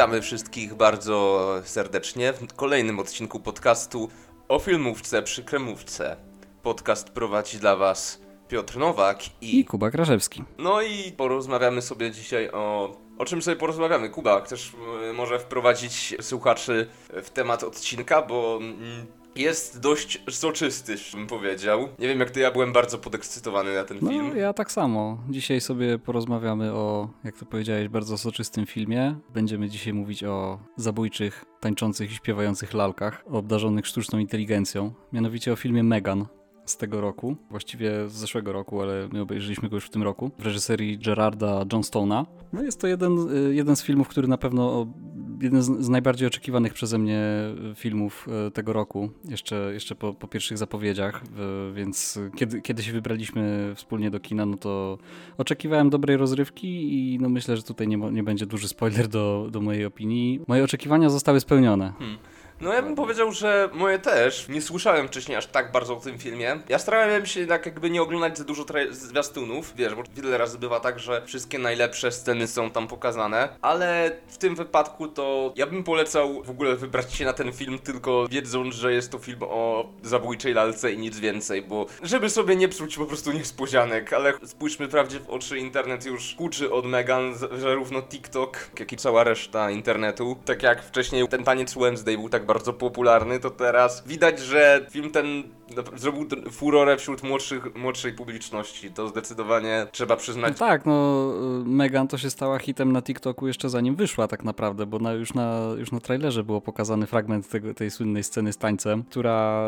Witamy wszystkich bardzo serdecznie w kolejnym odcinku podcastu o filmówce przy kremówce. Podcast prowadzi dla Was Piotr Nowak i Kuba Krażewski. No i porozmawiamy sobie dzisiaj o czym sobie porozmawiamy. Kuba, chcesz może wprowadzić słuchaczy w temat odcinka, bo jest dość soczysty, bym powiedział. Nie wiem jak ty, ja byłem bardzo podekscytowany na ten film. No, ja tak samo. Dzisiaj sobie porozmawiamy o, jak to powiedziałeś, bardzo soczystym filmie. Będziemy dzisiaj mówić o zabójczych, tańczących i śpiewających lalkach, obdarzonych sztuczną inteligencją. Mianowicie o filmie Megan z tego roku, właściwie z zeszłego roku, ale my obejrzeliśmy go już w tym roku, w reżyserii Gerarda Johnstone'a. No jest to jeden z filmów, który na pewno jeden z najbardziej oczekiwanych przeze mnie filmów tego roku, jeszcze po pierwszych zapowiedziach, więc kiedy się wybraliśmy wspólnie do kina, no to oczekiwałem dobrej rozrywki i no myślę, że tutaj nie będzie duży spoiler do mojej opinii. Moje oczekiwania zostały spełnione. No ja bym powiedział, że moje też. Nie słyszałem wcześniej aż tak bardzo o tym filmie. Ja starałem się tak jakby nie oglądać za dużo zwiastunów, wiesz, bo wiele razy bywa tak, że wszystkie najlepsze sceny są tam pokazane, ale w tym wypadku to ja bym polecał w ogóle wybrać się na ten film tylko wiedząc, że jest to film o zabójczej lalce i nic więcej, bo żeby sobie nie psuć po prostu niespodzianek, ale spójrzmy prawdzie w oczy, internet już huczy od Megan, zarówno TikTok, jak i cała reszta internetu. Tak jak wcześniej ten taniec Wednesday był tak bardzo popularny, to teraz widać, że film ten zrobił furorę wśród młodszej publiczności. To zdecydowanie trzeba przyznać. No tak, no Megan to się stała hitem na TikToku jeszcze zanim wyszła tak naprawdę, bo już na trailerze było pokazany fragment tej słynnej sceny z tańcem, która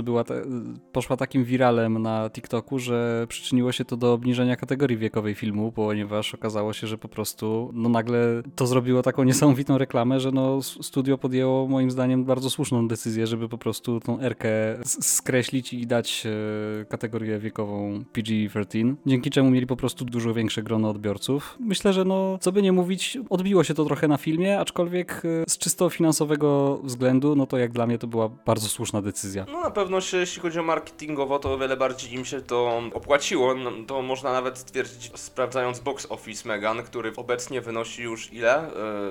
poszła takim wiralem na TikToku, że przyczyniło się to do obniżenia kategorii wiekowej filmu, ponieważ okazało się, że po prostu nagle to zrobiło taką niesamowitą reklamę, że studio podjęło moim zdaniem bardzo słuszną decyzję, żeby po prostu tą erkę skreślić i dać kategorię wiekową PG-13, dzięki czemu mieli po prostu dużo większe grono odbiorców. Myślę, że co by nie mówić, odbiło się to trochę na filmie, aczkolwiek z czysto finansowego względu, no to jak dla mnie to była bardzo słuszna decyzja. No na pewno jeśli chodzi o marketingowo, to o wiele bardziej im się to opłaciło. No, to można nawet stwierdzić, sprawdzając box office Megan, który obecnie wynosi już ile?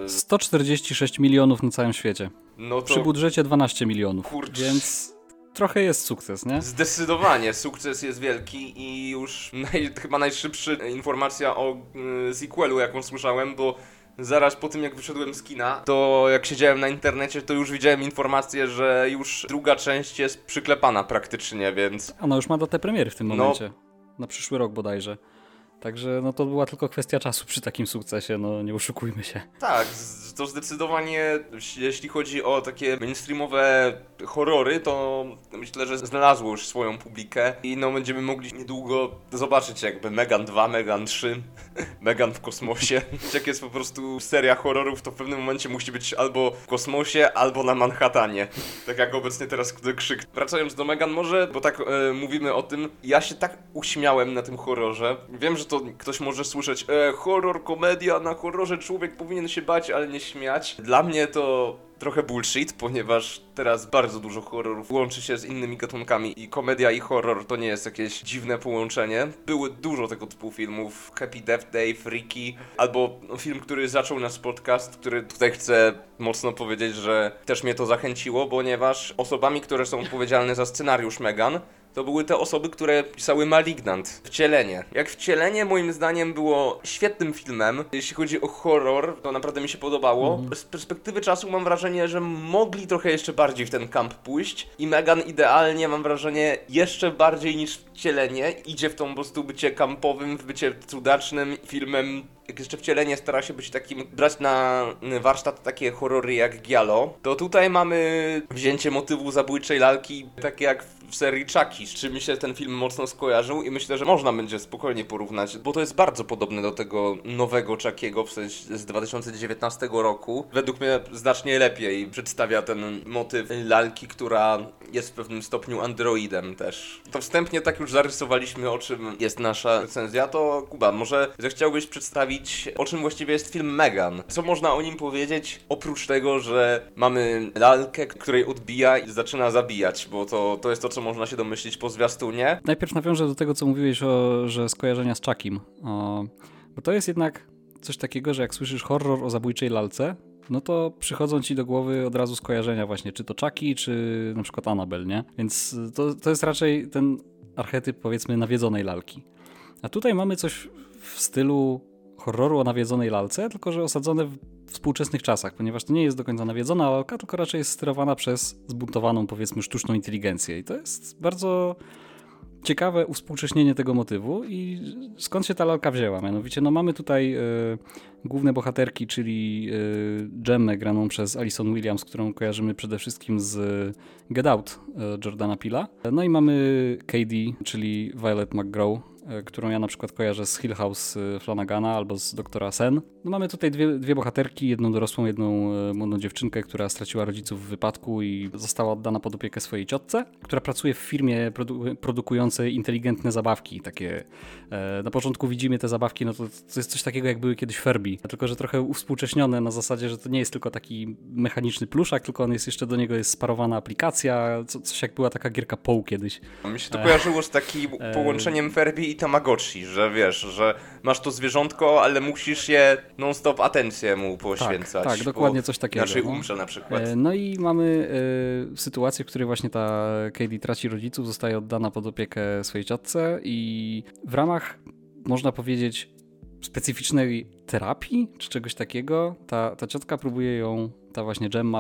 146 milionów na całym świecie. No to... Przy budżecie 12 milionów. Kurczę. Więc trochę jest sukces, nie? Zdecydowanie, sukces jest wielki i już chyba najszybsza informacja o sequelu, jaką słyszałem, bo zaraz po tym jak wyszedłem z kina, to jak siedziałem na internecie, to już widziałem informację, że już druga część jest przyklepana praktycznie, więc... Ona już ma datę premiery w tym momencie. Na przyszły rok bodajże. Także to była tylko kwestia czasu przy takim sukcesie, nie oszukujmy się. Tak, to zdecydowanie, jeśli chodzi o takie mainstreamowe horrory, to myślę, że znalazło już swoją publikę i będziemy mogli niedługo zobaczyć jakby Megan 2, Megan 3, Megan w kosmosie. Jak jest po prostu seria horrorów, to w pewnym momencie musi być albo w kosmosie, albo na Manhattanie. Tak jak obecnie teraz krzyk. Wracając do Megan może, bo tak mówimy o tym, ja się tak uśmiałem na tym horrorze. Wiem, że to ktoś może słyszeć, horror, komedia, na horrorze człowiek powinien się bać, ale nie śmiać. Dla mnie to trochę bullshit, ponieważ teraz bardzo dużo horrorów łączy się z innymi gatunkami i komedia i horror to nie jest jakieś dziwne połączenie. Były dużo tego typu filmów, Happy Death Day, Freaky, albo film, który zaczął nasz podcast, który tutaj chcę mocno powiedzieć, że też mnie to zachęciło, ponieważ osobami, które są odpowiedzialne za scenariusz Megan, to były te osoby, które pisały Malignant, Wcielenie. Jak Wcielenie moim zdaniem było świetnym filmem, jeśli chodzi o horror, to naprawdę mi się podobało. Z perspektywy czasu mam wrażenie, że mogli trochę jeszcze bardziej w ten kamp pójść i Megan idealnie, mam wrażenie, jeszcze bardziej niż Wcielenie idzie w tą po prostu bycie kampowym, w bycie cudacznym filmem. Jak jeszcze Wcielenie stara się być takim, brać na warsztat takie horrory jak Giallo, to tutaj mamy wzięcie motywu zabójczej lalki, takie jak w serii Chucky, z czym mi się ten film mocno skojarzył i myślę, że można będzie spokojnie porównać, bo to jest bardzo podobne do tego nowego Chuckiego, w sensie z 2019 roku. Według mnie znacznie lepiej przedstawia ten motyw lalki, która jest w pewnym stopniu androidem też. To wstępnie tak już zarysowaliśmy, o czym jest nasza recenzja, to Kuba, może zechciałbyś przedstawić, o czym właściwie jest film Megan? Co można o nim powiedzieć, oprócz tego, że mamy lalkę, której odbija i zaczyna zabijać, bo to jest to, co można się domyślić po zwiastunie. Najpierw nawiążę do tego, co mówiłeś, że skojarzenia z Chuckiem. Bo to jest jednak coś takiego, że jak słyszysz horror o zabójczej lalce, no to przychodzą ci do głowy od razu skojarzenia właśnie, czy to Chucky, czy na przykład Annabelle, nie? Więc to jest raczej ten archetyp, powiedzmy, nawiedzonej lalki. A tutaj mamy coś w stylu horroru o nawiedzonej lalce, tylko że osadzone w współczesnych czasach, ponieważ to nie jest do końca nawiedzona lalka, tylko raczej jest sterowana przez zbuntowaną, powiedzmy, sztuczną inteligencję. I to jest bardzo ciekawe uwspółcześnienie tego motywu. I skąd się ta lalka wzięła? Mianowicie, no mamy tutaj główne bohaterki, czyli Gemmę graną przez Alison Williams, którą kojarzymy przede wszystkim z Get Out Jordana Peela. No i mamy Katie, czyli Violet McGraw, którą ja na przykład kojarzę z Hill House Flanagana albo z Doktora Sen. No mamy tutaj dwie bohaterki, jedną dorosłą, jedną młodą dziewczynkę, która straciła rodziców w wypadku i została oddana pod opiekę swojej ciotce, która pracuje w firmie produkującej inteligentne zabawki. Takie, na początku widzimy te zabawki, no to jest coś takiego, jak były kiedyś Furby, tylko że trochę uwspółcześnione na zasadzie, że to nie jest tylko taki mechaniczny pluszak, tylko on jest jeszcze do niego jest sparowana aplikacja, coś jak była taka gierka Pou kiedyś. Mi się to kojarzyło z takim połączeniem Furby i Tamagotchi, że wiesz, że masz to zwierzątko, ale musisz je non-stop atencję mu poświęcać. Tak, dokładnie coś takiego. Inaczej umrze na przykład. No i mamy sytuację, w której właśnie ta Katie traci rodziców, zostaje oddana pod opiekę swojej ciotce i w ramach, można powiedzieć, specyficznej terapii, czy czegoś takiego, ta ciotka próbuje ją, ta właśnie Gemma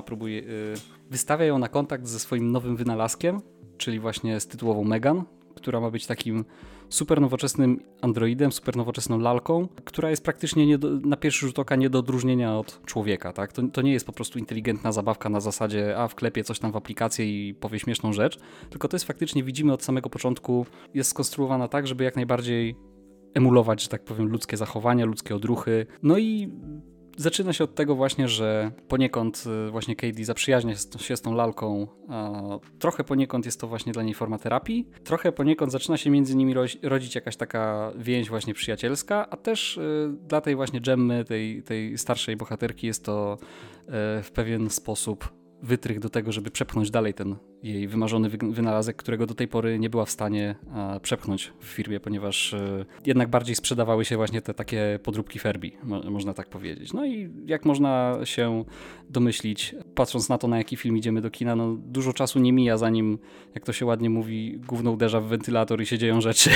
wystawia ją na kontakt ze swoim nowym wynalazkiem, czyli właśnie z tytułową Megan, która ma być takim super nowoczesnym androidem, super nowoczesną lalką, która jest praktycznie na pierwszy rzut oka nie do odróżnienia od człowieka. Tak? To nie jest po prostu inteligentna zabawka na zasadzie wklepie coś tam w aplikację i powie śmieszną rzecz, tylko to jest faktycznie, widzimy od samego początku, jest skonstruowana tak, żeby jak najbardziej emulować, że tak powiem, ludzkie zachowania, ludzkie odruchy. No i zaczyna się od tego właśnie, że poniekąd właśnie Katie zaprzyjaźnia się z tą lalką, a trochę poniekąd jest to właśnie dla niej forma terapii, trochę poniekąd zaczyna się między nimi rodzić jakaś taka więź właśnie przyjacielska, a też dla tej właśnie Gemmy, tej starszej bohaterki jest to w pewien sposób wytrych do tego, żeby przepchnąć dalej ten jej wymarzony wynalazek, którego do tej pory nie była w stanie przepchnąć w firmie, ponieważ jednak bardziej sprzedawały się właśnie te takie podróbki Furby, można tak powiedzieć. No i jak można się domyślić, patrząc na to, na jaki film idziemy do kina, no dużo czasu nie mija, zanim, jak to się ładnie mówi, gówno uderza w wentylator i się dzieją rzeczy.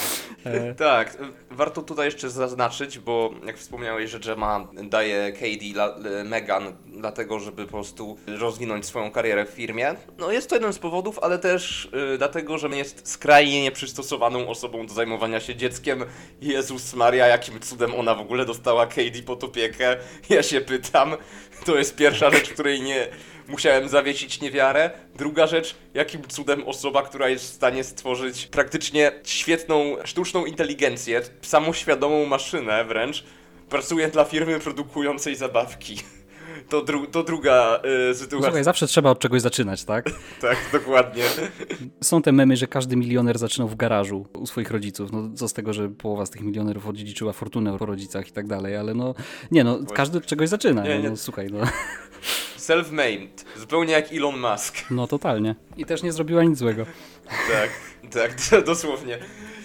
Tak, warto tutaj jeszcze zaznaczyć, bo jak wspomniałeś, że Gemma daje Katie Megan dlatego, żeby po prostu rozwinąć swoją karierę w firmie. No jest to jeden z powodów, ale też dlatego, że jest skrajnie nieprzystosowaną osobą do zajmowania się dzieckiem. Jezus Maria, jakim cudem ona w ogóle dostała Katie pod opiekę? Ja się pytam. To jest pierwsza rzecz, której nie musiałem zawiesić niewiarę. Druga rzecz, jakim cudem osoba, która jest w stanie stworzyć praktycznie świetną sztuczną inteligencję, samoświadomą maszynę wręcz, pracuje dla firmy produkującej zabawki. To druga sytuacja. Słuchaj, zawsze trzeba od czegoś zaczynać, tak? Tak, dokładnie. Są te memy, że każdy milioner zaczynał w garażu u swoich rodziców. No co z tego, że połowa z tych milionerów odziedziczyła fortunę po rodzicach i tak dalej, ale no nie no, każdy od czegoś zaczyna. Nie. No, słuchaj, no. Self-made, zupełnie jak Elon Musk. No totalnie. I też nie zrobiła nic złego. Tak, dosłownie.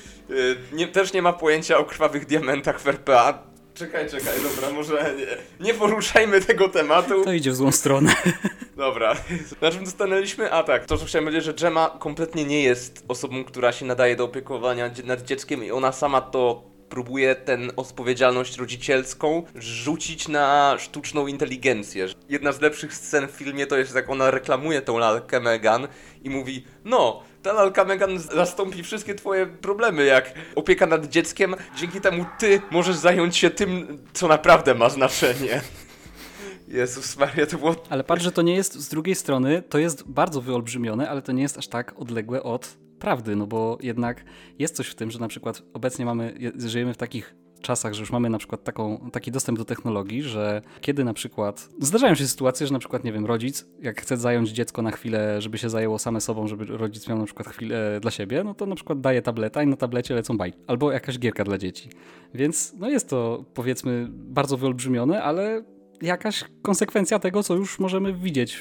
Też nie ma pojęcia o krwawych diamentach w RPA. Czekaj, dobra, może nie poruszajmy tego tematu. To idzie w złą stronę. Dobra, na czym dostanęliśmy? A tak, to co chciałem powiedzieć, że Gemma kompletnie nie jest osobą, która się nadaje do opiekowania nad dzieckiem i ona sama to próbuje tę odpowiedzialność rodzicielską rzucić na sztuczną inteligencję. Jedna z lepszych scen w filmie to jest, jak ona reklamuje tą lalkę Megan i mówi, no, ta lalka Megan zastąpi wszystkie twoje problemy, jak opieka nad dzieckiem, dzięki temu ty możesz zająć się tym, co naprawdę ma znaczenie. Jezus Maria, to było... Ale patrz, że to nie jest, z drugiej strony, to jest bardzo wyolbrzymione, ale to nie jest aż tak odległe od prawdy, no bo jednak jest coś w tym, że na przykład obecnie żyjemy w takich czasach, że już mamy na przykład taki dostęp do technologii, że kiedy na przykład zdarzają się sytuacje, że na przykład, nie wiem, rodzic, jak chce zająć dziecko na chwilę, żeby się zajęło same sobą, żeby rodzic miał na przykład chwilę dla siebie, no to na przykład daje tableta i na tablecie lecą bajki. Albo jakaś gierka dla dzieci. Więc no jest to, powiedzmy, bardzo wyolbrzymione, ale jakaś konsekwencja tego, co już możemy widzieć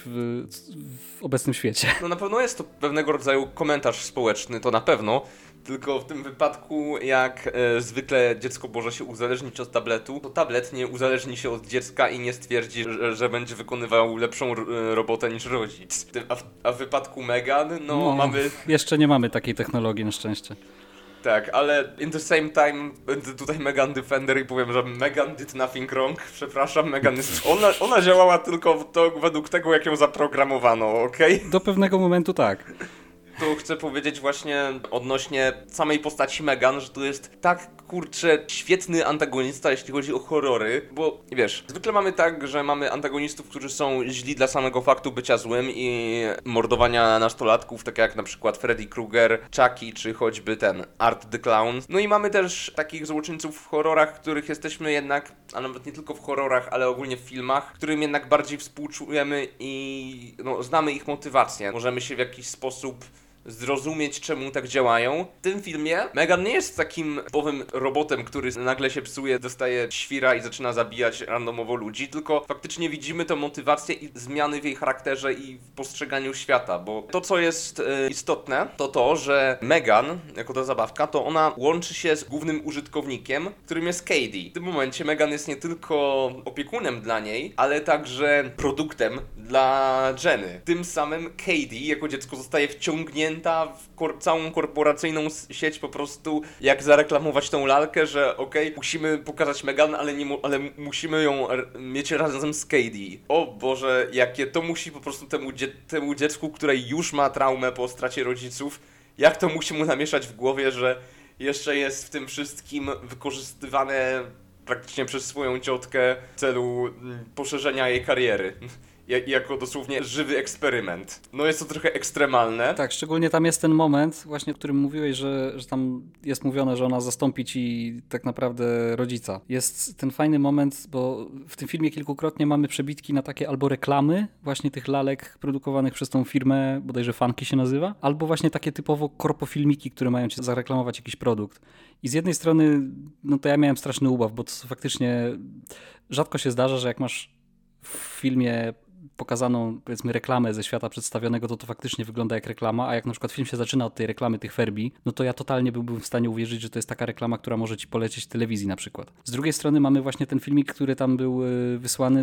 w obecnym świecie. No na pewno jest to pewnego rodzaju komentarz społeczny, to na pewno. Tylko w tym wypadku, jak zwykle dziecko może się uzależnić od tabletu, to tablet nie uzależni się od dziecka i nie stwierdzi, że będzie wykonywał lepszą robotę niż rodzic. A w wypadku Megan, no mamy... Jeszcze nie mamy takiej technologii na szczęście. Tak, ale in the same time będę tutaj Megan Defender i powiem, że Megan did nothing wrong. Przepraszam, Megan jest... Ona działała tylko według tego, jak ją zaprogramowano, okej? Do pewnego momentu tak. Tu chcę powiedzieć właśnie odnośnie samej postaci Megan, że to jest tak, kurczę, świetny antagonista, jeśli chodzi o horrory, bo wiesz, zwykle mamy tak, że mamy antagonistów, którzy są źli dla samego faktu bycia złym i mordowania nastolatków, tak jak na przykład Freddy Krueger, Chucky, czy choćby ten Art the Clown. No i mamy też takich złoczyńców w horrorach, których jesteśmy jednak, a nawet nie tylko w horrorach, ale ogólnie w filmach, którym jednak bardziej współczujemy i no, znamy ich motywację. Możemy się w jakiś sposób zrozumieć, czemu tak działają. W tym filmie Megan nie jest takim typowym robotem, który nagle się psuje, dostaje świra i zaczyna zabijać randomowo ludzi, tylko faktycznie widzimy tę motywację i zmiany w jej charakterze i w postrzeganiu świata, bo to, co jest istotne, to to, że Megan, jako ta zabawka, to ona łączy się z głównym użytkownikiem, którym jest Cady. W tym momencie Megan jest nie tylko opiekunem dla niej, ale także produktem dla Jenny. Tym samym Cady, jako dziecko, zostaje wciągnięty w całą korporacyjną sieć po prostu, jak zareklamować tą lalkę, że okej, musimy pokazać Megan, ale musimy ją mieć razem z Cady. O Boże, jakie to musi po prostu temu dziecku, które już ma traumę po stracie rodziców, jak to musi mu namieszać w głowie, że jeszcze jest w tym wszystkim wykorzystywane praktycznie przez swoją ciotkę w celu poszerzenia jej kariery. Jako dosłownie żywy eksperyment. No jest to trochę ekstremalne. Tak, szczególnie tam jest ten moment, właśnie o którym mówiłeś, że tam jest mówione, że ona zastąpi ci tak naprawdę rodzica. Jest ten fajny moment, bo w tym filmie kilkukrotnie mamy przebitki na takie albo reklamy właśnie tych lalek produkowanych przez tą firmę, bodajże Funky się nazywa, albo właśnie takie typowo korpofilmiki, które mają ci zareklamować jakiś produkt. I z jednej strony, no to ja miałem straszny ubaw, bo to faktycznie rzadko się zdarza, że jak masz w filmie pokazaną, powiedzmy, reklamę ze świata przedstawionego, to faktycznie wygląda jak reklama, a jak na przykład film się zaczyna od tej reklamy tych Furby, no to ja totalnie byłbym w stanie uwierzyć, że to jest taka reklama, która może ci polecieć w telewizji na przykład. Z drugiej strony mamy właśnie ten filmik, który tam był wysłany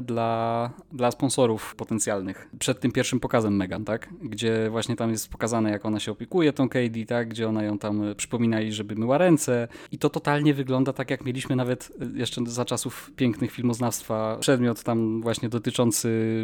dla sponsorów potencjalnych przed tym pierwszym pokazem Megan, tak? Gdzie właśnie tam jest pokazane, jak ona się opiekuje tą Cady, tak? Gdzie ona ją tam przypomina jej, żeby myła ręce i to totalnie wygląda tak, jak mieliśmy nawet jeszcze za czasów pięknych filmoznawstwa przedmiot tam właśnie dotyczący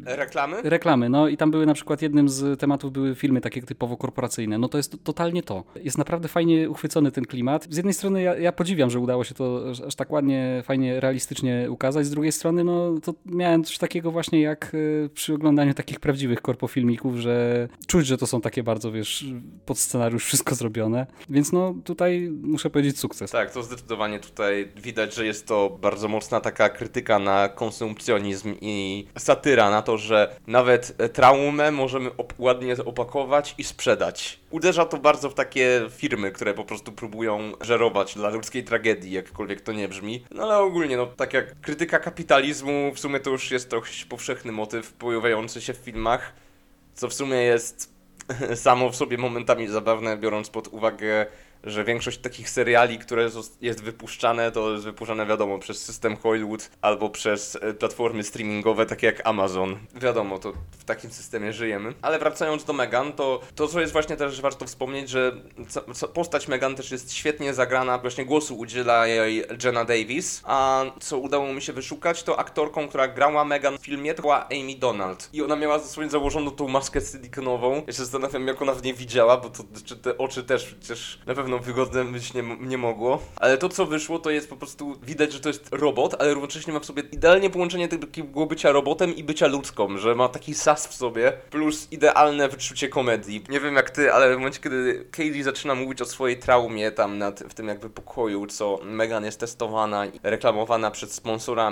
reklamy, no i tam były na przykład jednym z tematów były filmy takie typowo korporacyjne. No to jest totalnie to. Jest naprawdę fajnie uchwycony ten klimat. Z jednej strony ja podziwiam, że udało się to aż tak ładnie, fajnie, realistycznie ukazać. Z drugiej strony no to miałem coś takiego właśnie jak przy oglądaniu takich prawdziwych korpofilmików, że czuć, że to są takie bardzo, wiesz, pod scenariusz wszystko zrobione. Więc no tutaj muszę powiedzieć sukces. Tak, to zdecydowanie tutaj widać, że jest to bardzo mocna taka krytyka na konsumpcjonizm i satyra na to, że nawet traumę możemy ładnie opakować i sprzedać. Uderza to bardzo w takie firmy, które po prostu próbują żerować dla ludzkiej tragedii, jakkolwiek to nie brzmi. No ale ogólnie, no tak jak krytyka kapitalizmu, w sumie to już jest dość powszechny motyw pojawiający się w filmach, co w sumie jest samo w sobie momentami zabawne, biorąc pod uwagę, że większość takich seriali, które jest wypuszczane, to jest wypuszczane wiadomo przez system Hollywood albo przez platformy streamingowe takie jak Amazon. Wiadomo, to w takim systemie żyjemy. Ale wracając do Megan, to co jest właśnie też warto wspomnieć, że postać Megan też jest świetnie zagrana, właśnie głosu udziela jej Jenna Davis, a co udało mi się wyszukać, to aktorką, która grała Megan w filmie, to była Amy Donald. I ona miała sobie założoną tą maskę silikonową. Ja się zastanawiam, jak ona w niej widziała, bo to czy te oczy też przecież na pewno wygodne być nie mogło. Ale to, co wyszło, to jest po prostu widać, że to jest robot, ale równocześnie ma w sobie idealnie połączenie takiego bycia robotem i bycia ludzką, że ma taki sas w sobie, plus idealne wyczucie komedii. Nie wiem jak ty, ale w momencie, kiedy Cady zaczyna mówić o swojej traumie tam w tym jakby pokoju, co Megan jest testowana i reklamowana przed sponsorami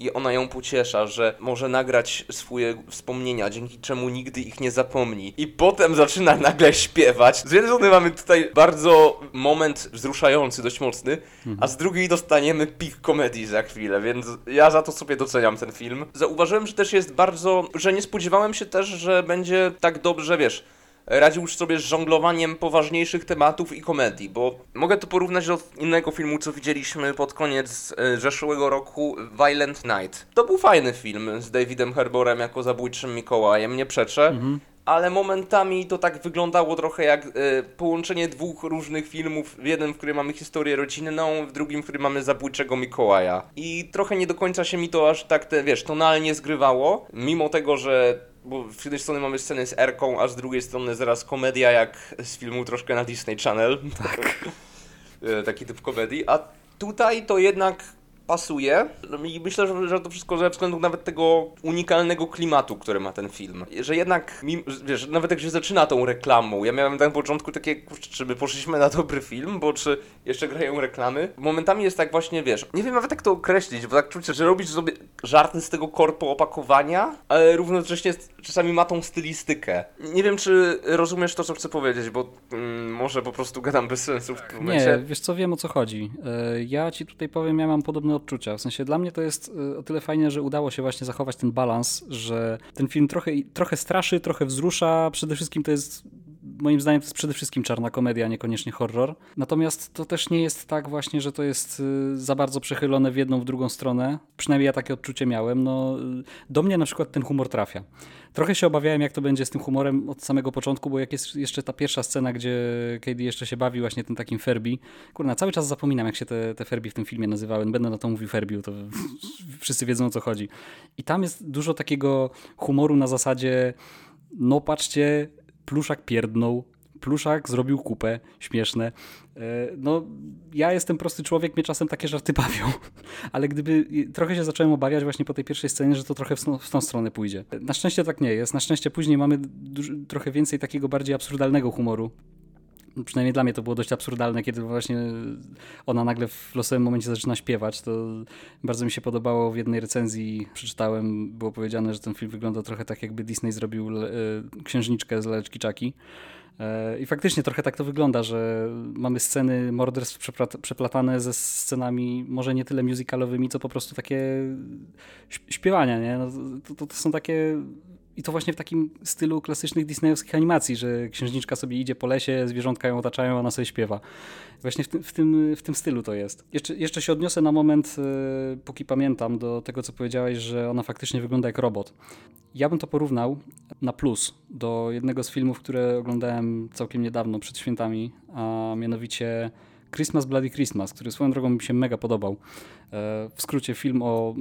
i ona ją pociesza, że może nagrać swoje wspomnienia, dzięki czemu nigdy ich nie zapomni. I potem zaczyna nagle śpiewać. Z jednej strony mamy tutaj bardzo moment wzruszający, dość mocny, a z drugiej dostaniemy pik komedii za chwilę, więc ja za to sobie doceniam ten film. Zauważyłem, że też jest że nie spodziewałem się też, że będzie tak dobrze, wiesz, radził już sobie z żonglowaniem poważniejszych tematów i komedii, bo mogę to porównać do innego filmu, co widzieliśmy pod koniec zeszłego roku, Violent Night. To był fajny film z Davidem Harbourem jako zabójczym Mikołajem, nie przeczę, ale momentami to tak wyglądało trochę jak połączenie dwóch różnych filmów, w jednym, w którym mamy historię rodzinną, w drugim, w którym mamy zabójczego Mikołaja. I trochę nie do końca się mi to aż tak, tonalnie zgrywało, mimo tego, że bo z jednej strony mamy scenę z Erką, a z drugiej strony zaraz komedia jak z filmu troszkę na Disney Channel. Tak. Taki typ komedii, a tutaj to jednak pasuje i myślę, że to wszystko ze względu nawet tego unikalnego klimatu, który ma ten film. Że jednak, wiesz, nawet jak się zaczyna tą reklamą, ja miałem na początku takie, kurczę, czy my poszliśmy na dobry film, bo czy jeszcze grają reklamy? Momentami jest tak właśnie, wiesz, nie wiem nawet jak to określić, bo tak czuć, że robisz sobie żarty z tego korpo opakowania, ale równocześnie czasami ma tą stylistykę. Nie wiem, czy rozumiesz to, co chcę powiedzieć, bo może po prostu gadam bez sensu w tym momencie. Nie, wiesz co, wiem o co chodzi. Ja ci tutaj powiem, ja mam podobne odczucia. W sensie dla mnie to jest o tyle fajne, że udało się właśnie zachować ten balans, że ten film trochę straszy, trochę wzrusza. Przede wszystkim to jest, moim zdaniem, to jest przede wszystkim czarna komedia, niekoniecznie horror. Natomiast to też nie jest tak właśnie, że to jest za bardzo przechylone w jedną, w drugą stronę. Przynajmniej ja takie odczucie miałem. No, do mnie na przykład ten humor trafia. Trochę się obawiałem, jak to będzie z tym humorem od samego początku, bo jak jest jeszcze ta pierwsza scena, gdzie Cady jeszcze się bawi właśnie tym takim Furby. Kurna, cały czas zapominam, jak się te Furby w tym filmie nazywały. Będę na to mówił Furby, to wszyscy wiedzą, o co chodzi. I tam jest dużo takiego humoru na zasadzie, no patrzcie, pluszak pierdnął, pluszak zrobił kupę, śmieszne. No, ja jestem prosty człowiek, mnie czasem takie żarty bawią, ale trochę się zacząłem obawiać właśnie po tej pierwszej scenie, że to trochę w tą stronę pójdzie. Na szczęście tak nie jest. Na szczęście później mamy trochę więcej takiego bardziej absurdalnego humoru. Przynajmniej dla mnie to było dość absurdalne, kiedy właśnie ona nagle w losowym momencie zaczyna śpiewać. To bardzo mi się podobało. W jednej recenzji przeczytałem, było powiedziane, że ten film wygląda trochę tak, jakby Disney zrobił księżniczkę z Laleczki Czaki. I faktycznie trochę tak to wygląda, że mamy sceny morderstw przeplatane ze scenami może nie tyle musicalowymi, co po prostu takie śpiewania, nie? No, to są takie... I to właśnie w takim stylu klasycznych disneyowskich animacji, że księżniczka sobie idzie po lesie, zwierzątka ją otaczają, a ona sobie śpiewa. Właśnie w tym stylu to jest. Jeszcze się odniosę na moment, póki pamiętam, do tego, co powiedziałeś, że ona faktycznie wygląda jak robot. Ja bym to porównał na plus do jednego z filmów, które oglądałem całkiem niedawno, przed świętami, a mianowicie Christmas Bloody Christmas, który swoją drogą mi się mega podobał. W skrócie film o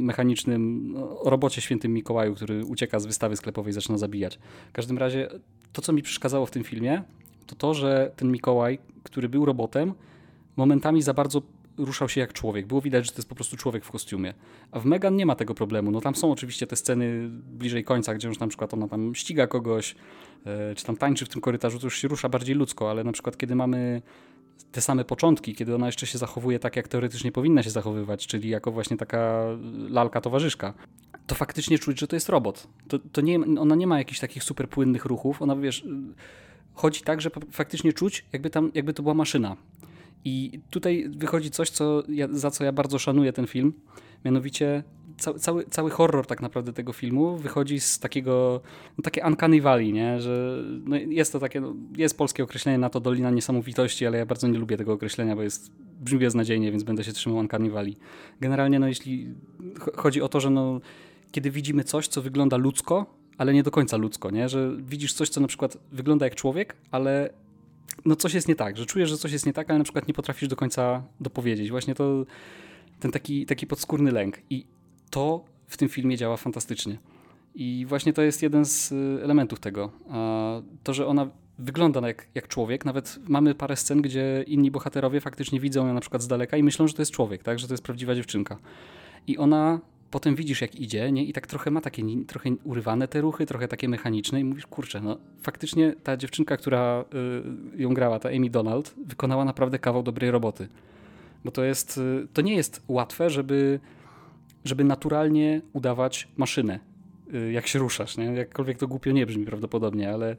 o robocie świętym Mikołaju, który ucieka z wystawy sklepowej i zaczyna zabijać. W każdym razie to, co mi przeszkadzało w tym filmie, to, że ten Mikołaj, który był robotem, momentami za bardzo ruszał się jak człowiek. Było widać, że to jest po prostu człowiek w kostiumie. A w Megan nie ma tego problemu. No tam są oczywiście te sceny bliżej końca, gdzie już na przykład ona tam ściga kogoś, czy tam tańczy w tym korytarzu, to już się rusza bardziej ludzko, ale na przykład kiedy mamy te same początki, kiedy ona jeszcze się zachowuje tak, jak teoretycznie powinna się zachowywać, czyli jako właśnie taka lalka towarzyszka, to faktycznie czuć, że to jest robot. Ona nie ma jakichś takich super płynnych ruchów, ona, wiesz, chodzi tak, że faktycznie czuć, jakby to była maszyna. I tutaj wychodzi coś, za co ja bardzo szanuję ten film, mianowicie cały horror tak naprawdę tego filmu wychodzi z takiego, no takie uncanny valley, nie? Że no jest to takie, jest polskie określenie na to, Dolina Niesamowitości, ale ja bardzo nie lubię tego określenia, bo brzmi beznadziejnie, więc będę się trzymał uncanny valley. Generalnie, no jeśli chodzi o to, że no, kiedy widzimy coś, co wygląda ludzko, ale nie do końca ludzko, nie? Że widzisz coś, co na przykład wygląda jak człowiek, ale no coś jest nie tak, że czujesz, że coś jest nie tak, ale na przykład nie potrafisz do końca dopowiedzieć. Właśnie to ten taki podskórny lęk. I to w tym filmie działa fantastycznie. I właśnie to jest jeden z elementów tego. To, że ona wygląda jak człowiek. Nawet mamy parę scen, gdzie inni bohaterowie faktycznie widzą ją na przykład z daleka i myślą, że to jest człowiek, tak? Że to jest prawdziwa dziewczynka. I ona potem widzisz, jak idzie, nie? I tak trochę ma takie trochę urywane te ruchy, trochę takie mechaniczne i mówisz, kurczę, no faktycznie ta dziewczynka, która ją grała, ta Amy Donald, wykonała naprawdę kawał dobrej roboty. Bo to nie jest łatwe, żeby żeby naturalnie udawać maszynę, jak się ruszasz, nie? Jakkolwiek to głupio nie brzmi prawdopodobnie, ale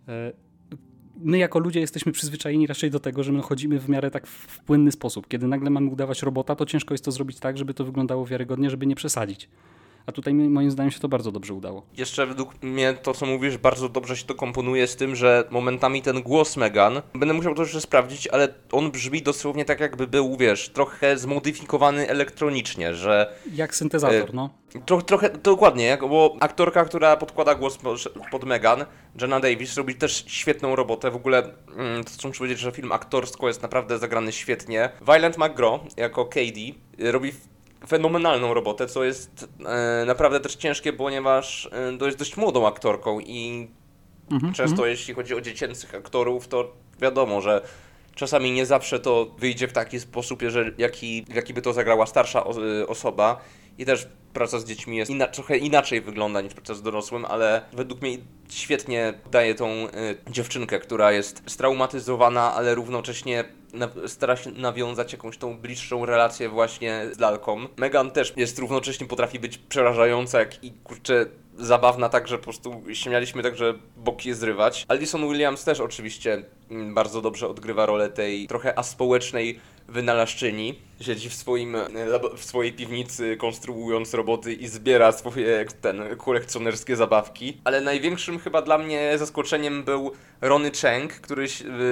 my jako ludzie jesteśmy przyzwyczajeni raczej do tego, że my chodzimy w miarę tak w płynny sposób. Kiedy nagle mamy udawać robota, to ciężko jest to zrobić tak, żeby to wyglądało wiarygodnie, żeby nie przesadzić. A tutaj moim zdaniem się to bardzo dobrze udało. Jeszcze według mnie to, co mówisz, bardzo dobrze się to komponuje z tym, że momentami ten głos Megan, będę musiał to jeszcze sprawdzić, ale on brzmi dosłownie tak, jakby był, wiesz, trochę zmodyfikowany elektronicznie, że... Jak syntezator, no. Trochę, dokładnie, bo aktorka, która podkłada głos pod Megan, Jenna Davis, robi też świetną robotę. W ogóle, to co muszę powiedzieć, że film aktorsko jest naprawdę zagrany świetnie. Violet McGraw, jako Katie, robi fenomenalną robotę, co jest naprawdę też ciężkie, ponieważ jest dość młodą aktorką i często jeśli chodzi o dziecięcych aktorów, to wiadomo, że czasami nie zawsze to wyjdzie w taki sposób, w jaki by to zagrała starsza osoba. I też praca z dziećmi jest trochę inaczej wygląda niż praca z dorosłym, ale według mnie świetnie daje tą dziewczynkę, która jest straumatyzowana, ale równocześnie stara się nawiązać jakąś tą bliższą relację właśnie z lalką. Megan też równocześnie potrafi być przerażająca, i kurczę zabawna, tak że po prostu śmialiśmy tak, że boki je zrywać. Alison Williams też oczywiście bardzo dobrze odgrywa rolę tej trochę aspołecznej wynalazczyni. Siedzi w swojej piwnicy, konstruując roboty i zbiera swoje kolekcjonerskie zabawki. Ale największym chyba dla mnie zaskoczeniem był Ronny Cheng, który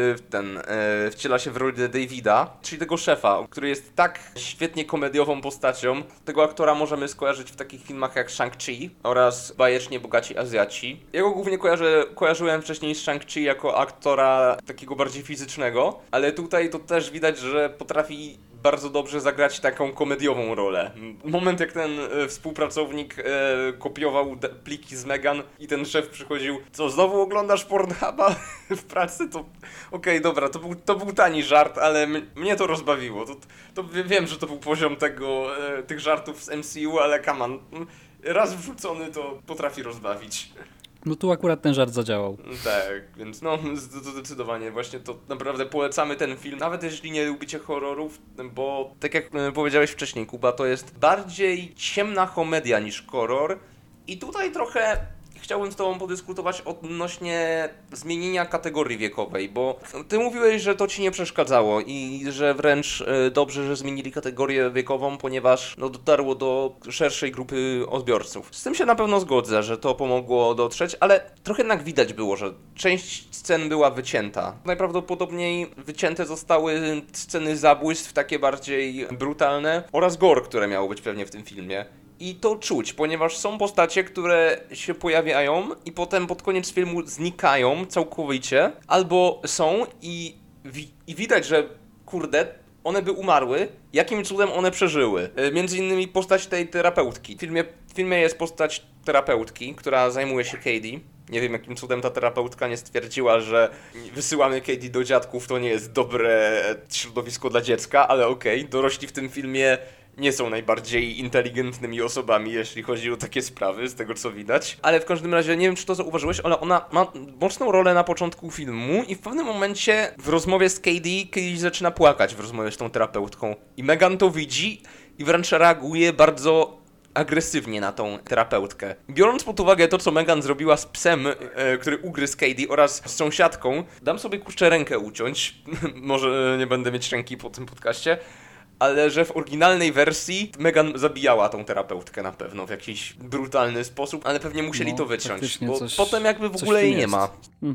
wciela się w rolę Davida, czyli tego szefa, który jest tak świetnie komediową postacią. Tego aktora możemy skojarzyć w takich filmach jak Shang-Chi oraz Bajecznie Bogaci Azjaci. Ja go głównie kojarzyłem wcześniej z Shang-Chi jako aktora takiego bardziej fizycznego, ale tutaj to też widać, że potrafi bardzo dobrze zagrać taką komediową rolę. Moment, jak ten współpracownik kopiował pliki z Megan i ten szef przychodził, co, znowu oglądasz Pornhuba w pracy? To okej, dobra, to był tani żart, ale mnie to rozbawiło. To wiem, że to był poziom tych żartów z MCU, ale come on, raz wrzucony to potrafi rozbawić. No tu akurat ten żart zadziałał. Tak, więc no zdecydowanie właśnie to naprawdę polecamy ten film, nawet jeśli nie lubicie horrorów, bo tak jak powiedziałeś wcześniej, Kuba, to jest bardziej ciemna komedia niż horror i tutaj trochę chciałbym z tobą podyskutować odnośnie zmienienia kategorii wiekowej, bo ty mówiłeś, że to ci nie przeszkadzało i że wręcz dobrze, że zmienili kategorię wiekową, ponieważ dotarło do szerszej grupy odbiorców. Z tym się na pewno zgodzę, że to pomogło dotrzeć, ale trochę jednak widać było, że część scen była wycięta. Najprawdopodobniej wycięte zostały sceny zabójstw, takie bardziej brutalne, oraz gore, które miało być pewnie w tym filmie. I to czuć, ponieważ są postacie, które się pojawiają i potem pod koniec filmu znikają całkowicie, albo są i widać, że kurde, one by umarły, jakim cudem one przeżyły. Między innymi postać tej terapeutki. W filmie jest postać terapeutki, która zajmuje się Katie. Nie wiem, jakim cudem ta terapeutka nie stwierdziła, że wysyłamy Katie do dziadków, to nie jest dobre środowisko dla dziecka, ale okej, dorośli w tym filmie nie są najbardziej inteligentnymi osobami, jeśli chodzi o takie sprawy, z tego co widać. Ale w każdym razie, nie wiem czy to zauważyłeś, ale ona ma mocną rolę na początku filmu i w pewnym momencie w rozmowie z Katie zaczyna płakać w rozmowie z tą terapeutką. I Megan to widzi i wręcz reaguje bardzo agresywnie na tą terapeutkę. Biorąc pod uwagę to, co Megan zrobiła z psem, który ugryzł Katie, oraz z sąsiadką, dam sobie kurczę rękę uciąć, może nie będę mieć ręki po tym podcaście, ale że w oryginalnej wersji Megan zabijała tą terapeutkę na pewno w jakiś brutalny sposób, ale pewnie musieli to wyciąć, bo potem jakby w ogóle jej nie ma.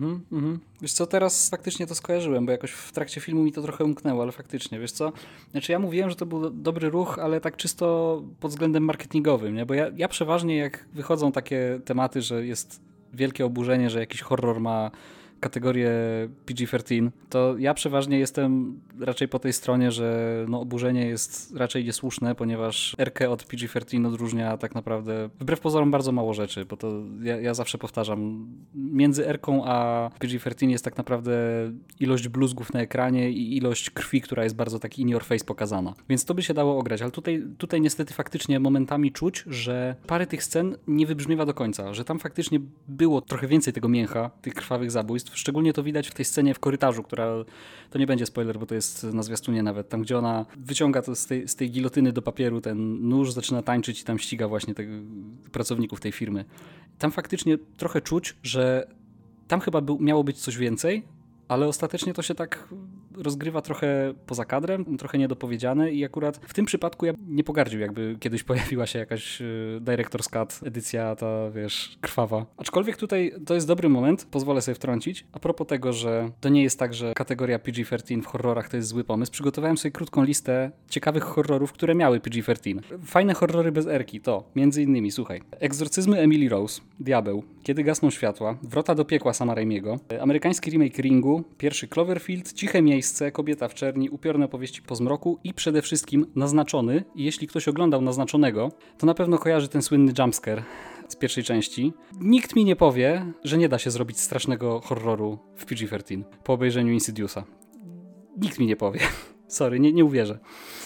Wiesz co, teraz faktycznie to skojarzyłem, bo jakoś w trakcie filmu mi to trochę umknęło, ale faktycznie, wiesz co, znaczy ja mówiłem, że to był dobry ruch, ale tak czysto pod względem marketingowym, nie? Bo ja przeważnie jak wychodzą takie tematy, że jest wielkie oburzenie, że jakiś horror ma kategorię PG-13, to ja przeważnie jestem raczej po tej stronie, że no oburzenie jest raczej niesłuszne, ponieważ R-kę od PG-13 odróżnia tak naprawdę wbrew pozorom bardzo mało rzeczy, bo to ja zawsze powtarzam, między R-ką a PG-13 jest tak naprawdę ilość bluzgów na ekranie i ilość krwi, która jest bardzo tak in your face pokazana. Więc to by się dało ograć, ale tutaj niestety faktycznie momentami czuć, że parę tych scen nie wybrzmiewa do końca, że tam faktycznie było trochę więcej tego mięcha, tych krwawych zabójstw, Szczególnie to widać w tej scenie w korytarzu, która, to nie będzie spoiler, bo to jest na zwiastunie nawet, tam gdzie ona wyciąga to z tej gilotyny do papieru ten nóż, zaczyna tańczyć i tam ściga właśnie tych pracowników tej firmy. Tam faktycznie trochę czuć, że tam chyba miało być coś więcej, ale ostatecznie to się tak rozgrywa trochę poza kadrem, trochę niedopowiedziane i akurat w tym przypadku ja nie pogardził, jakby kiedyś pojawiła się jakaś Director's Cut edycja, ta wiesz, krwawa. Aczkolwiek tutaj to jest dobry moment, pozwolę sobie wtrącić. A propos tego, że to nie jest tak, że kategoria PG-13 w horrorach to jest zły pomysł, przygotowałem sobie krótką listę ciekawych horrorów, które miały PG-13. Fajne horrory bez erki to, między innymi, słuchaj, Egzorcyzmy Emily Rose, Diabeł, Kiedy gasną światła, Wrota do piekła Sama Raimiego, amerykański remake Ringu, pierwszy Cloverfield, Ciche miejsce, Kobieta w czerni, Upiorne opowieści po zmroku i przede wszystkim Naznaczony. I jeśli ktoś oglądał Naznaczonego, to na pewno kojarzy ten słynny jumpscare z pierwszej części. Nikt mi nie powie, że nie da się zrobić strasznego horroru w PG-13 po obejrzeniu Insidiousa. Nikt mi nie powie. Sorry, nie uwierzę.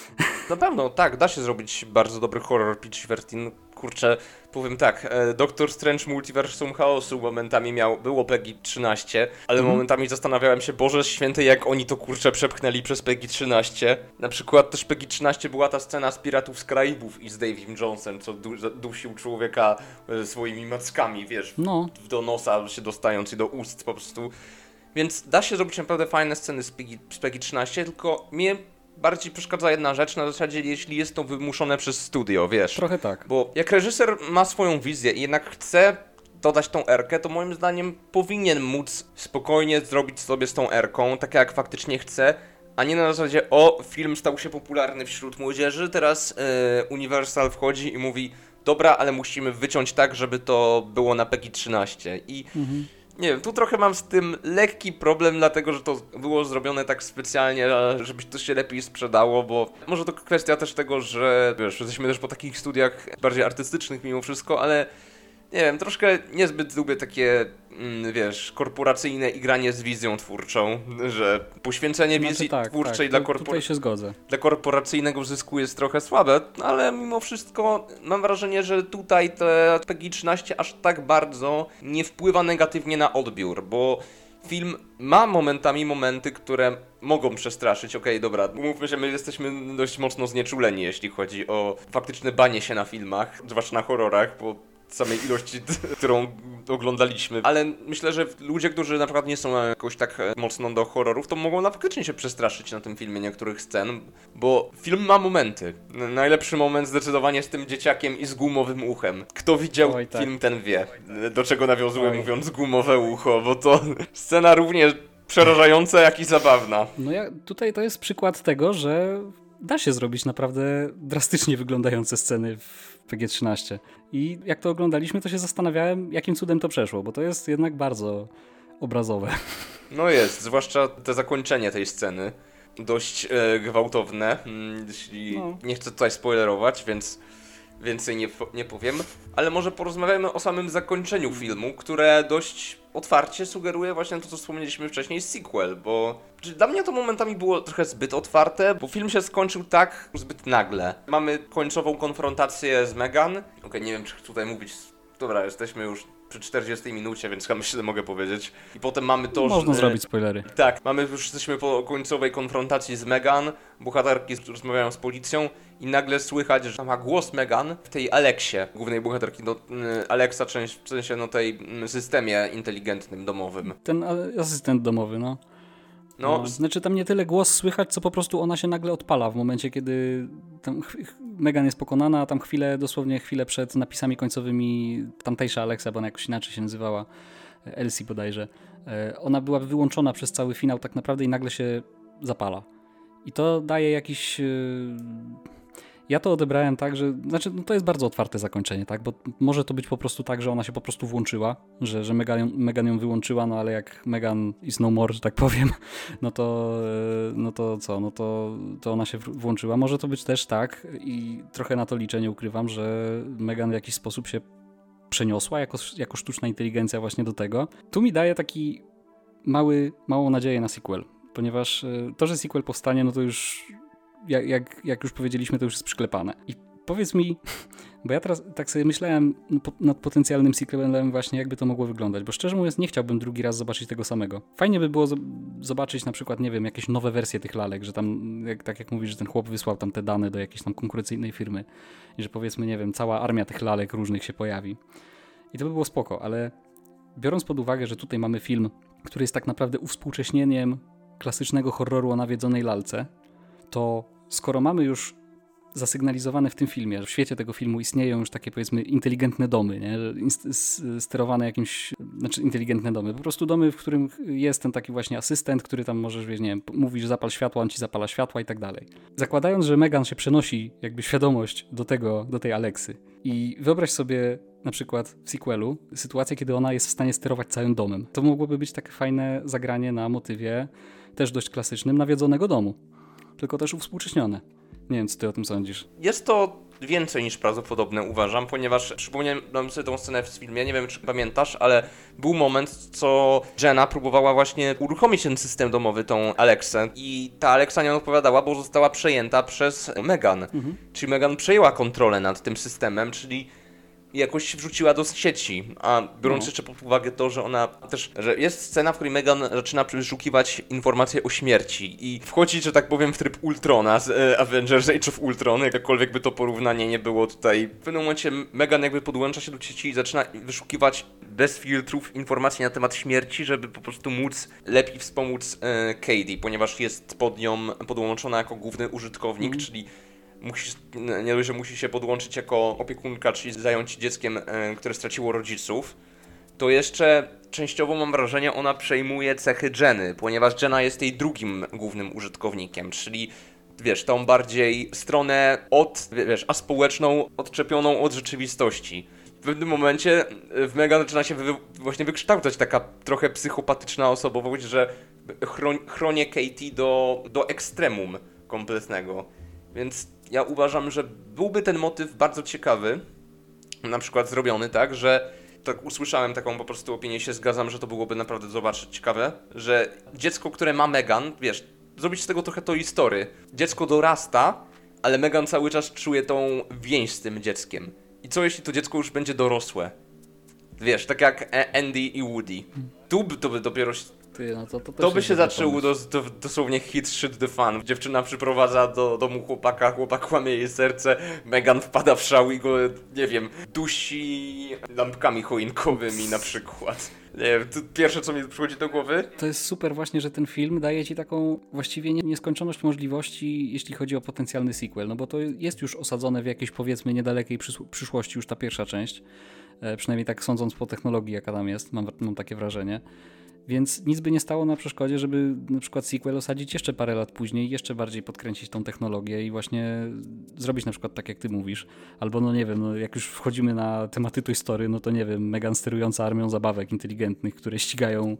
Na pewno, tak, da się zrobić bardzo dobry horror PG-13. Kurczę, powiem tak, Doctor Strange Multiversum Chaosu momentami było PG-13, ale momentami zastanawiałem się, Boże Święty, jak oni to kurczę przepchnęli przez PG-13. Na przykład też PG-13 była ta scena z Piratów z Karaibów i z Dave'em Jonesem, co dusił człowieka swoimi mackami, wiesz, do nosa się dostając i do ust po prostu. Więc da się zrobić naprawdę fajne sceny z PG-13, tylko mnie bardziej przeszkadza jedna rzecz, na zasadzie jeśli jest to wymuszone przez studio, wiesz. Trochę tak. Bo jak reżyser ma swoją wizję i jednak chce dodać tą erkę, to moim zdaniem powinien móc spokojnie zrobić sobie z tą erką, tak jak faktycznie chce, a nie na zasadzie, film stał się popularny wśród młodzieży, teraz Universal wchodzi i mówi, dobra, ale musimy wyciąć tak, żeby to było na PG-13 i... Nie wiem, tu trochę mam z tym lekki problem, dlatego że to było zrobione tak specjalnie, żeby to się lepiej sprzedało, bo może to kwestia też tego, że wiesz, jesteśmy też po takich studiach bardziej artystycznych mimo wszystko, ale nie wiem, troszkę niezbyt lubię takie, wiesz, korporacyjne igranie z wizją twórczą, że poświęcenie wizji twórczej tutaj się zgodzę. Dla korporacyjnego zysku jest trochę słabe, ale mimo wszystko mam wrażenie, że tutaj te PG-13 aż tak bardzo nie wpływa negatywnie na odbiór, bo film ma momentami momenty, które mogą przestraszyć. Okej, dobra, mówmy się, my jesteśmy dość mocno znieczuleni, jeśli chodzi o faktyczne banie się na filmach, zwłaszcza na horrorach, bo samej ilości, którą oglądaliśmy. Ale myślę, że ludzie, którzy na przykład nie są jakoś tak mocno do horrorów, to mogą faktycznie się przestraszyć na tym filmie niektórych scen, bo film ma momenty. Najlepszy moment zdecydowanie z tym dzieciakiem i z gumowym uchem. Kto widział film, ten wie, do czego nawiązuję mówiąc gumowe ucho, bo to scena równie przerażająca, jak i zabawna. No tutaj to jest przykład tego, że da się zrobić naprawdę drastycznie wyglądające sceny w PG-13. I jak to oglądaliśmy, to się zastanawiałem, jakim cudem to przeszło, bo to jest jednak bardzo obrazowe. No jest, zwłaszcza te zakończenie tej sceny. Dość gwałtowne, jeśli nie chcę tutaj spoilerować, więc więcej nie powiem. Ale może porozmawiamy o samym zakończeniu filmu, które dość otwarcie sugeruje właśnie to, co wspomnieliśmy wcześniej, sequel, bo dla mnie to momentami było trochę zbyt otwarte, bo film się skończył tak zbyt nagle. Mamy końcową konfrontację z Megan. Okej, nie wiem, czy tutaj mówić... Dobra, jesteśmy już przy 40 minucie, więc chyba myślę, że mogę powiedzieć. I potem mamy to, Można zrobić spoilery. Tak, już jesteśmy po końcowej konfrontacji z Megan, bohaterki rozmawiają z policją i nagle słychać, że ma głos Megan w tej Aleksie, głównej bohaterki, Alexa, w sensie tej systemie inteligentnym domowym. Ten asystent domowy, Znaczy tam nie tyle głos słychać, co po prostu ona się nagle odpala w momencie, kiedy tam Megan jest pokonana, a tam dosłownie chwilę przed napisami końcowymi tamtejsza Alexa, bo ona jakoś inaczej się nazywała, Elsie bodajże, ona była wyłączona przez cały finał tak naprawdę i nagle się zapala. I to daje jakiś... Ja to odebrałem tak, że to jest bardzo otwarte zakończenie, tak? Bo może to być po prostu tak, że ona się po prostu włączyła, że Megan ją wyłączyła, no ale jak Megan is no more, że tak powiem, to ona się włączyła. Może to być też tak i trochę na to liczę, nie ukrywam, że Megan w jakiś sposób się przeniosła jako sztuczna inteligencja właśnie do tego. Tu mi daje taki małą nadzieję na sequel, ponieważ to, że sequel powstanie, no to już jak już powiedzieliśmy, to już jest przyklepane. I powiedz mi, bo ja teraz tak sobie myślałem nad potencjalnym sequelem właśnie, jakby to mogło wyglądać, bo szczerze mówiąc nie chciałbym drugi raz zobaczyć tego samego. Fajnie by było zobaczyć na przykład, nie wiem, jakieś nowe wersje tych lalek, że tam, tak jak mówisz, że ten chłop wysłał tam te dane do jakiejś tam konkurencyjnej firmy i że powiedzmy, nie wiem, cała armia tych lalek różnych się pojawi. I to by było spoko, ale biorąc pod uwagę, że tutaj mamy film, który jest tak naprawdę uwspółcześnieniem klasycznego horroru o nawiedzonej lalce, to skoro mamy już zasygnalizowane w tym filmie, że w świecie tego filmu istnieją już takie, powiedzmy, inteligentne domy, nie? Sterowane jakimś, znaczy inteligentne domy, po prostu domy, w którym jest ten taki właśnie asystent, który tam możesz, wiesz, nie wiem, mówisz zapal światła, on ci zapala światła i tak dalej. Zakładając, że Megan się przenosi jakby świadomość do tej Aleksy i wyobraź sobie na przykład w sequelu sytuację, kiedy ona jest w stanie sterować całym domem. To mogłoby być takie fajne zagranie na motywie też dość klasycznym nawiedzonego domu, tylko też uwspółcześnione. Nie wiem, co ty o tym sądzisz. Jest to więcej niż prawdopodobne, uważam, ponieważ przypomniałem sobie tą scenę w filmie, nie wiem, czy pamiętasz, ale był moment, co Jenna próbowała właśnie uruchomić ten system domowy, tą Aleksę, i ta Aleksa nie odpowiadała, bo została przejęta przez Megan. Czyli Megan przejęła kontrolę nad tym systemem, czyli jakoś się wrzuciła do sieci, a biorąc jeszcze pod uwagę to, że ona też, że jest scena, w której Megan zaczyna wyszukiwać informacje o śmierci i wchodzi, że tak powiem, w tryb Ultrona z Avengers Age of Ultron, jakkolwiek by to porównanie nie było tutaj. W pewnym momencie Megan jakby podłącza się do sieci i zaczyna wyszukiwać bez filtrów informacji na temat śmierci, żeby po prostu móc lepiej wspomóc Katie, ponieważ jest pod nią podłączona jako główny użytkownik, czyli nie dość, że musi się podłączyć jako opiekunka, czyli zająć się dzieckiem, które straciło rodziców, to jeszcze częściowo mam wrażenie, ona przejmuje cechy Jenny, ponieważ Jenna jest jej drugim głównym użytkownikiem, czyli wiesz, tą bardziej stronę aspołeczną, odczepioną od rzeczywistości. W pewnym momencie w Megan zaczyna się właśnie wykształcać taka trochę psychopatyczna osobowość, że chronię Katie do ekstremum kompletnego. Więc ja uważam, że byłby ten motyw bardzo ciekawy, na przykład zrobiony tak, że tak usłyszałem taką po prostu opinię, się zgadzam, że to byłoby naprawdę zobaczyć ciekawe, że dziecko, które ma Megan, wiesz, zrobić z tego trochę Toy Story. Dziecko dorasta, ale Megan cały czas czuje tą więź z tym dzieckiem. I co jeśli to dziecko już będzie dorosłe? Wiesz, tak jak Andy i Woody. To by dopiero... To by się zaczęło dosłownie hit shit the fan. Dziewczyna przyprowadza do domu chłopaka, chłopak łamie jej serce, Megan wpada w szał i go, nie wiem, dusi lampkami choinkowymi na przykład. Nie wiem, to pierwsze co mi przychodzi do głowy. To jest super właśnie, że ten film daje ci taką właściwie nieskończoność możliwości, jeśli chodzi o potencjalny sequel, no bo to jest już osadzone w jakiejś, powiedzmy, niedalekiej przyszłości już ta pierwsza część. Przynajmniej tak sądząc po technologii, jaka tam jest, mam takie wrażenie. Więc nic by nie stało na przeszkodzie, żeby na przykład sequel osadzić jeszcze parę lat później, jeszcze bardziej podkręcić tą technologię i właśnie zrobić na przykład tak, jak ty mówisz. Albo no nie wiem, no jak już wchodzimy na tematy Toy Story, no to nie wiem, Megan sterująca armią zabawek inteligentnych, które ścigają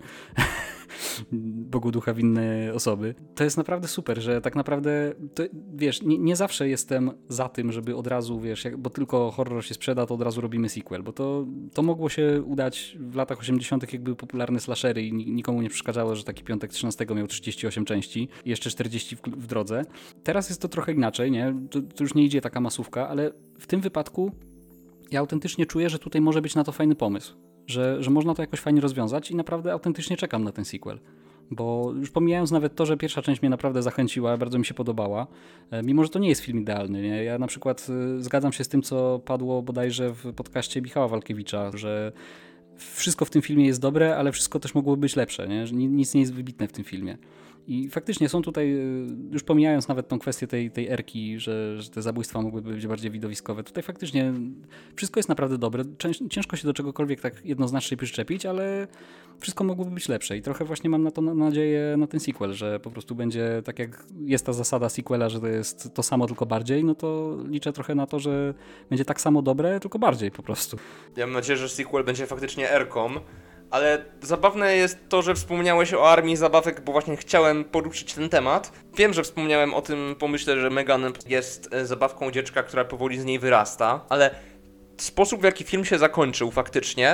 Bogu ducha winne osoby. To jest naprawdę super, że tak naprawdę, to, wiesz, nie zawsze jestem za tym, żeby od razu, wiesz, bo tylko horror się sprzeda, to od razu robimy sequel, bo to mogło się udać w latach 80., jak były popularne slashery i nikomu nie przeszkadzało, że taki Piątek 13 miał 38 części i jeszcze 40 w drodze. Teraz jest to trochę inaczej, nie? To już nie idzie taka masówka, ale w tym wypadku ja autentycznie czuję, że tutaj może być na to fajny pomysł. Że można to jakoś fajnie rozwiązać i naprawdę autentycznie czekam na ten sequel. Bo już pomijając nawet to, że pierwsza część mnie naprawdę zachęciła, bardzo mi się podobała, mimo że to nie jest film idealny. Nie? Ja na przykład zgadzam się z tym, co padło bodajże w podcaście Michała Walkiewicza, że wszystko w tym filmie jest dobre, ale wszystko też mogłoby być lepsze. Nie? Że nic nie jest wybitne w tym filmie. I faktycznie są tutaj, już pomijając nawet tą kwestię tej erki, że te zabójstwa mogłyby być bardziej widowiskowe, tutaj faktycznie wszystko jest naprawdę dobre. Ciężko się do czegokolwiek tak jednoznacznie przyczepić, ale wszystko mogłoby być lepsze i trochę właśnie mam na to nadzieję na ten sequel, że po prostu będzie tak jak jest ta zasada sequela, że to jest to samo, tylko bardziej, no to liczę trochę na to, że będzie tak samo dobre, tylko bardziej po prostu. Ja mam nadzieję, że sequel będzie faktycznie erką. Ale zabawne jest to, że wspomniałeś o armii zabawek, bo właśnie chciałem poruszyć ten temat. Wiem, że wspomniałem o tym pomyśle, że Megan jest zabawką dziecka, która powoli z niej wyrasta, ale sposób, w jaki film się zakończył faktycznie,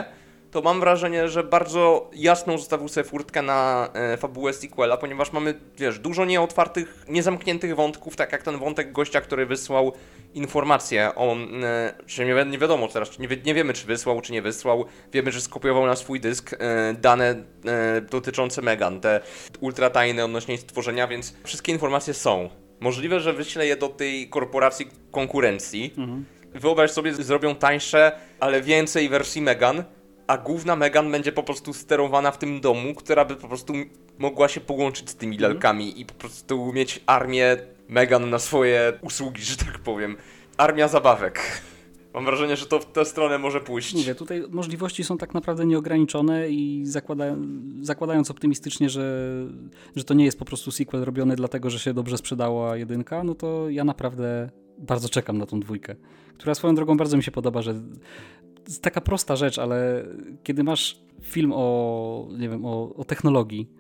to mam wrażenie, że bardzo jasną zostawił sobie furtkę na fabułę sequela, ponieważ mamy, wiesz, dużo nieotwartych, niezamkniętych wątków, tak jak ten wątek gościa, który wysłał informacje o, czy nie wiadomo teraz, nie wiemy czy wysłał, czy nie wysłał, wiemy, że skopiował na swój dysk dane dotyczące Megan, te ultratajne odnośnie jej stworzenia, więc wszystkie informacje są. Możliwe, że wyśle je do tej korporacji konkurencji. Wyobraź sobie, zrobią tańsze, ale więcej wersji Megan, a główna Megan będzie po prostu sterowana w tym domu, która by po prostu mogła się połączyć z tymi lalkami i po prostu mieć armię Megan na swoje usługi, że tak powiem. Armia zabawek. Mam wrażenie, że to w tę stronę może pójść. Mówię, tutaj możliwości są tak naprawdę nieograniczone i zakładając optymistycznie, że to nie jest po prostu sequel robiony dlatego, że się dobrze sprzedała jedynka, no to ja naprawdę bardzo czekam na tą dwójkę, która swoją drogą bardzo mi się podoba, że jest taka prosta rzecz, ale kiedy masz film o, nie wiem, o technologii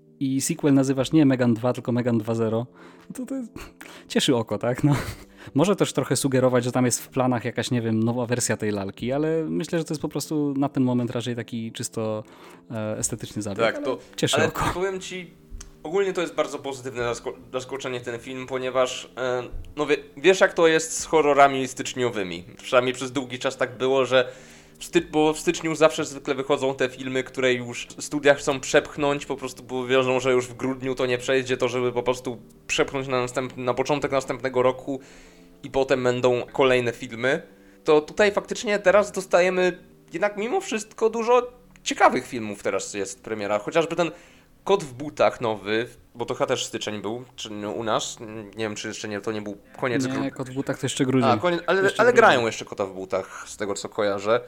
i sequel nazywasz nie Megan 2, tylko Megan 2.0, to cieszy oko, tak? No. Może też trochę sugerować, że tam jest w planach jakaś, nie wiem, nowa wersja tej lalki, ale myślę, że to jest po prostu na ten moment raczej taki czysto estetyczny zabieg. Tak, to cieszy ale oko. powiem ci, ogólnie to jest bardzo pozytywne zaskoczenie ten film, ponieważ no wiesz jak to jest z horrorami styczniowymi. Przynajmniej przez długi czas tak było, że bo w styczniu zawsze zwykle wychodzą te filmy, które już w studiach chcą przepchnąć, po prostu bo wierzą, że już w grudniu to nie przejdzie, to żeby po prostu przepchnąć na początek następnego roku i potem będą kolejne filmy. To tutaj faktycznie teraz dostajemy jednak mimo wszystko dużo ciekawych filmów. Teraz jest premiera, chociażby ten Kot w butach nowy, bo to chyba też styczeń był, czy u nas, nie wiem czy jeszcze nie, to nie był koniec grudnia. Nie, Kot w butach to jeszcze grudzień. Ale grają jeszcze Kota w butach, z tego co kojarzę.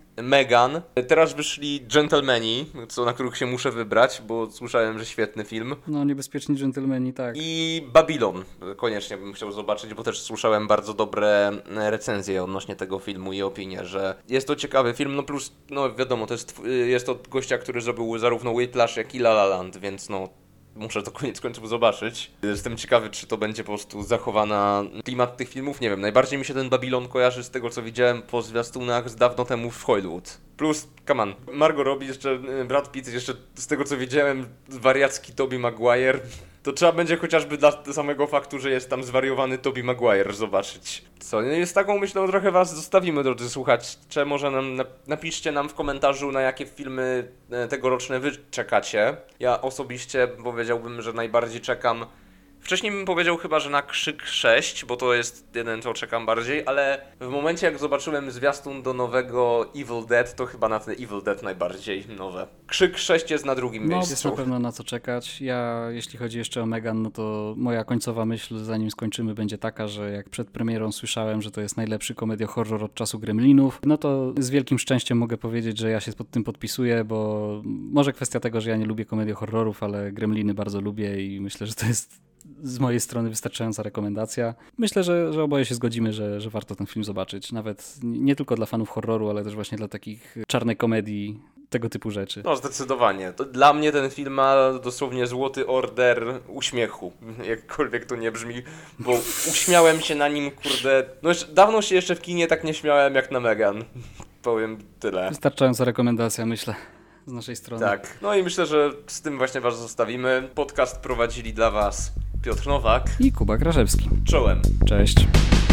Megan. Teraz wyszli Gentlemani, na których się muszę wybrać, bo słyszałem, że świetny film. No, Niebezpieczni dżentelmeni, tak. I Babylon koniecznie bym chciał zobaczyć, bo też słyszałem bardzo dobre recenzje odnośnie tego filmu i opinie, że jest to ciekawy film, no plus, no wiadomo, jest to gościa, który zrobił zarówno Whiplash, jak i La La Land, więc no muszę to koniec końców zobaczyć. Jestem ciekawy, czy to będzie po prostu zachowana klimat tych filmów. Nie wiem, najbardziej mi się ten Babylon kojarzy z tego, co widziałem po zwiastunach z dawno temu w Hollywood. Plus, come on, Margot Robbie, jeszcze Brad Pitt, jeszcze z tego, co widziałem, wariacki Tobey Maguire. To trzeba będzie chociażby dla samego faktu, że jest tam zwariowany Tobey Maguire zobaczyć. Co, z taką myślą trochę was zostawimy, drodzy słuchacze. Może napiszcie nam w komentarzu, na jakie filmy tegoroczne wy czekacie. Ja osobiście powiedziałbym, że najbardziej czekam. Wcześniej bym powiedział chyba, że na Krzyk 6, bo to jest jeden, co czekam bardziej, ale w momencie jak zobaczyłem zwiastun do nowego Evil Dead, to chyba na ten Evil Dead najbardziej nowe. Krzyk 6 jest na drugim miejscu. Jest na pewno na co czekać. Ja, jeśli chodzi jeszcze o Megan, no to moja końcowa myśl, zanim skończymy, będzie taka, że jak przed premierą słyszałem, że to jest najlepszy komedio-horror od czasu Gremlinów, no to z wielkim szczęściem mogę powiedzieć, że ja się pod tym podpisuję, bo może kwestia tego, że ja nie lubię komedio-horrorów, ale Gremliny bardzo lubię i myślę, że to jest z mojej strony wystarczająca rekomendacja. Myślę, że oboje się zgodzimy, że warto ten film zobaczyć. Nawet nie tylko dla fanów horroru, ale też właśnie dla takich czarnej komedii, tego typu rzeczy. No zdecydowanie. To dla mnie ten film ma dosłownie złoty order uśmiechu. Jakkolwiek to nie brzmi, bo uśmiałem się na nim, kurde. No dawno się jeszcze w kinie tak nie śmiałem jak na Megan. Powiem tyle. Wystarczająca rekomendacja, myślę, z naszej strony. Tak. No i myślę, że z tym właśnie was zostawimy. Podcast prowadzili dla was Piotr Nowak i Kuba Krażewski. Czołem. Cześć.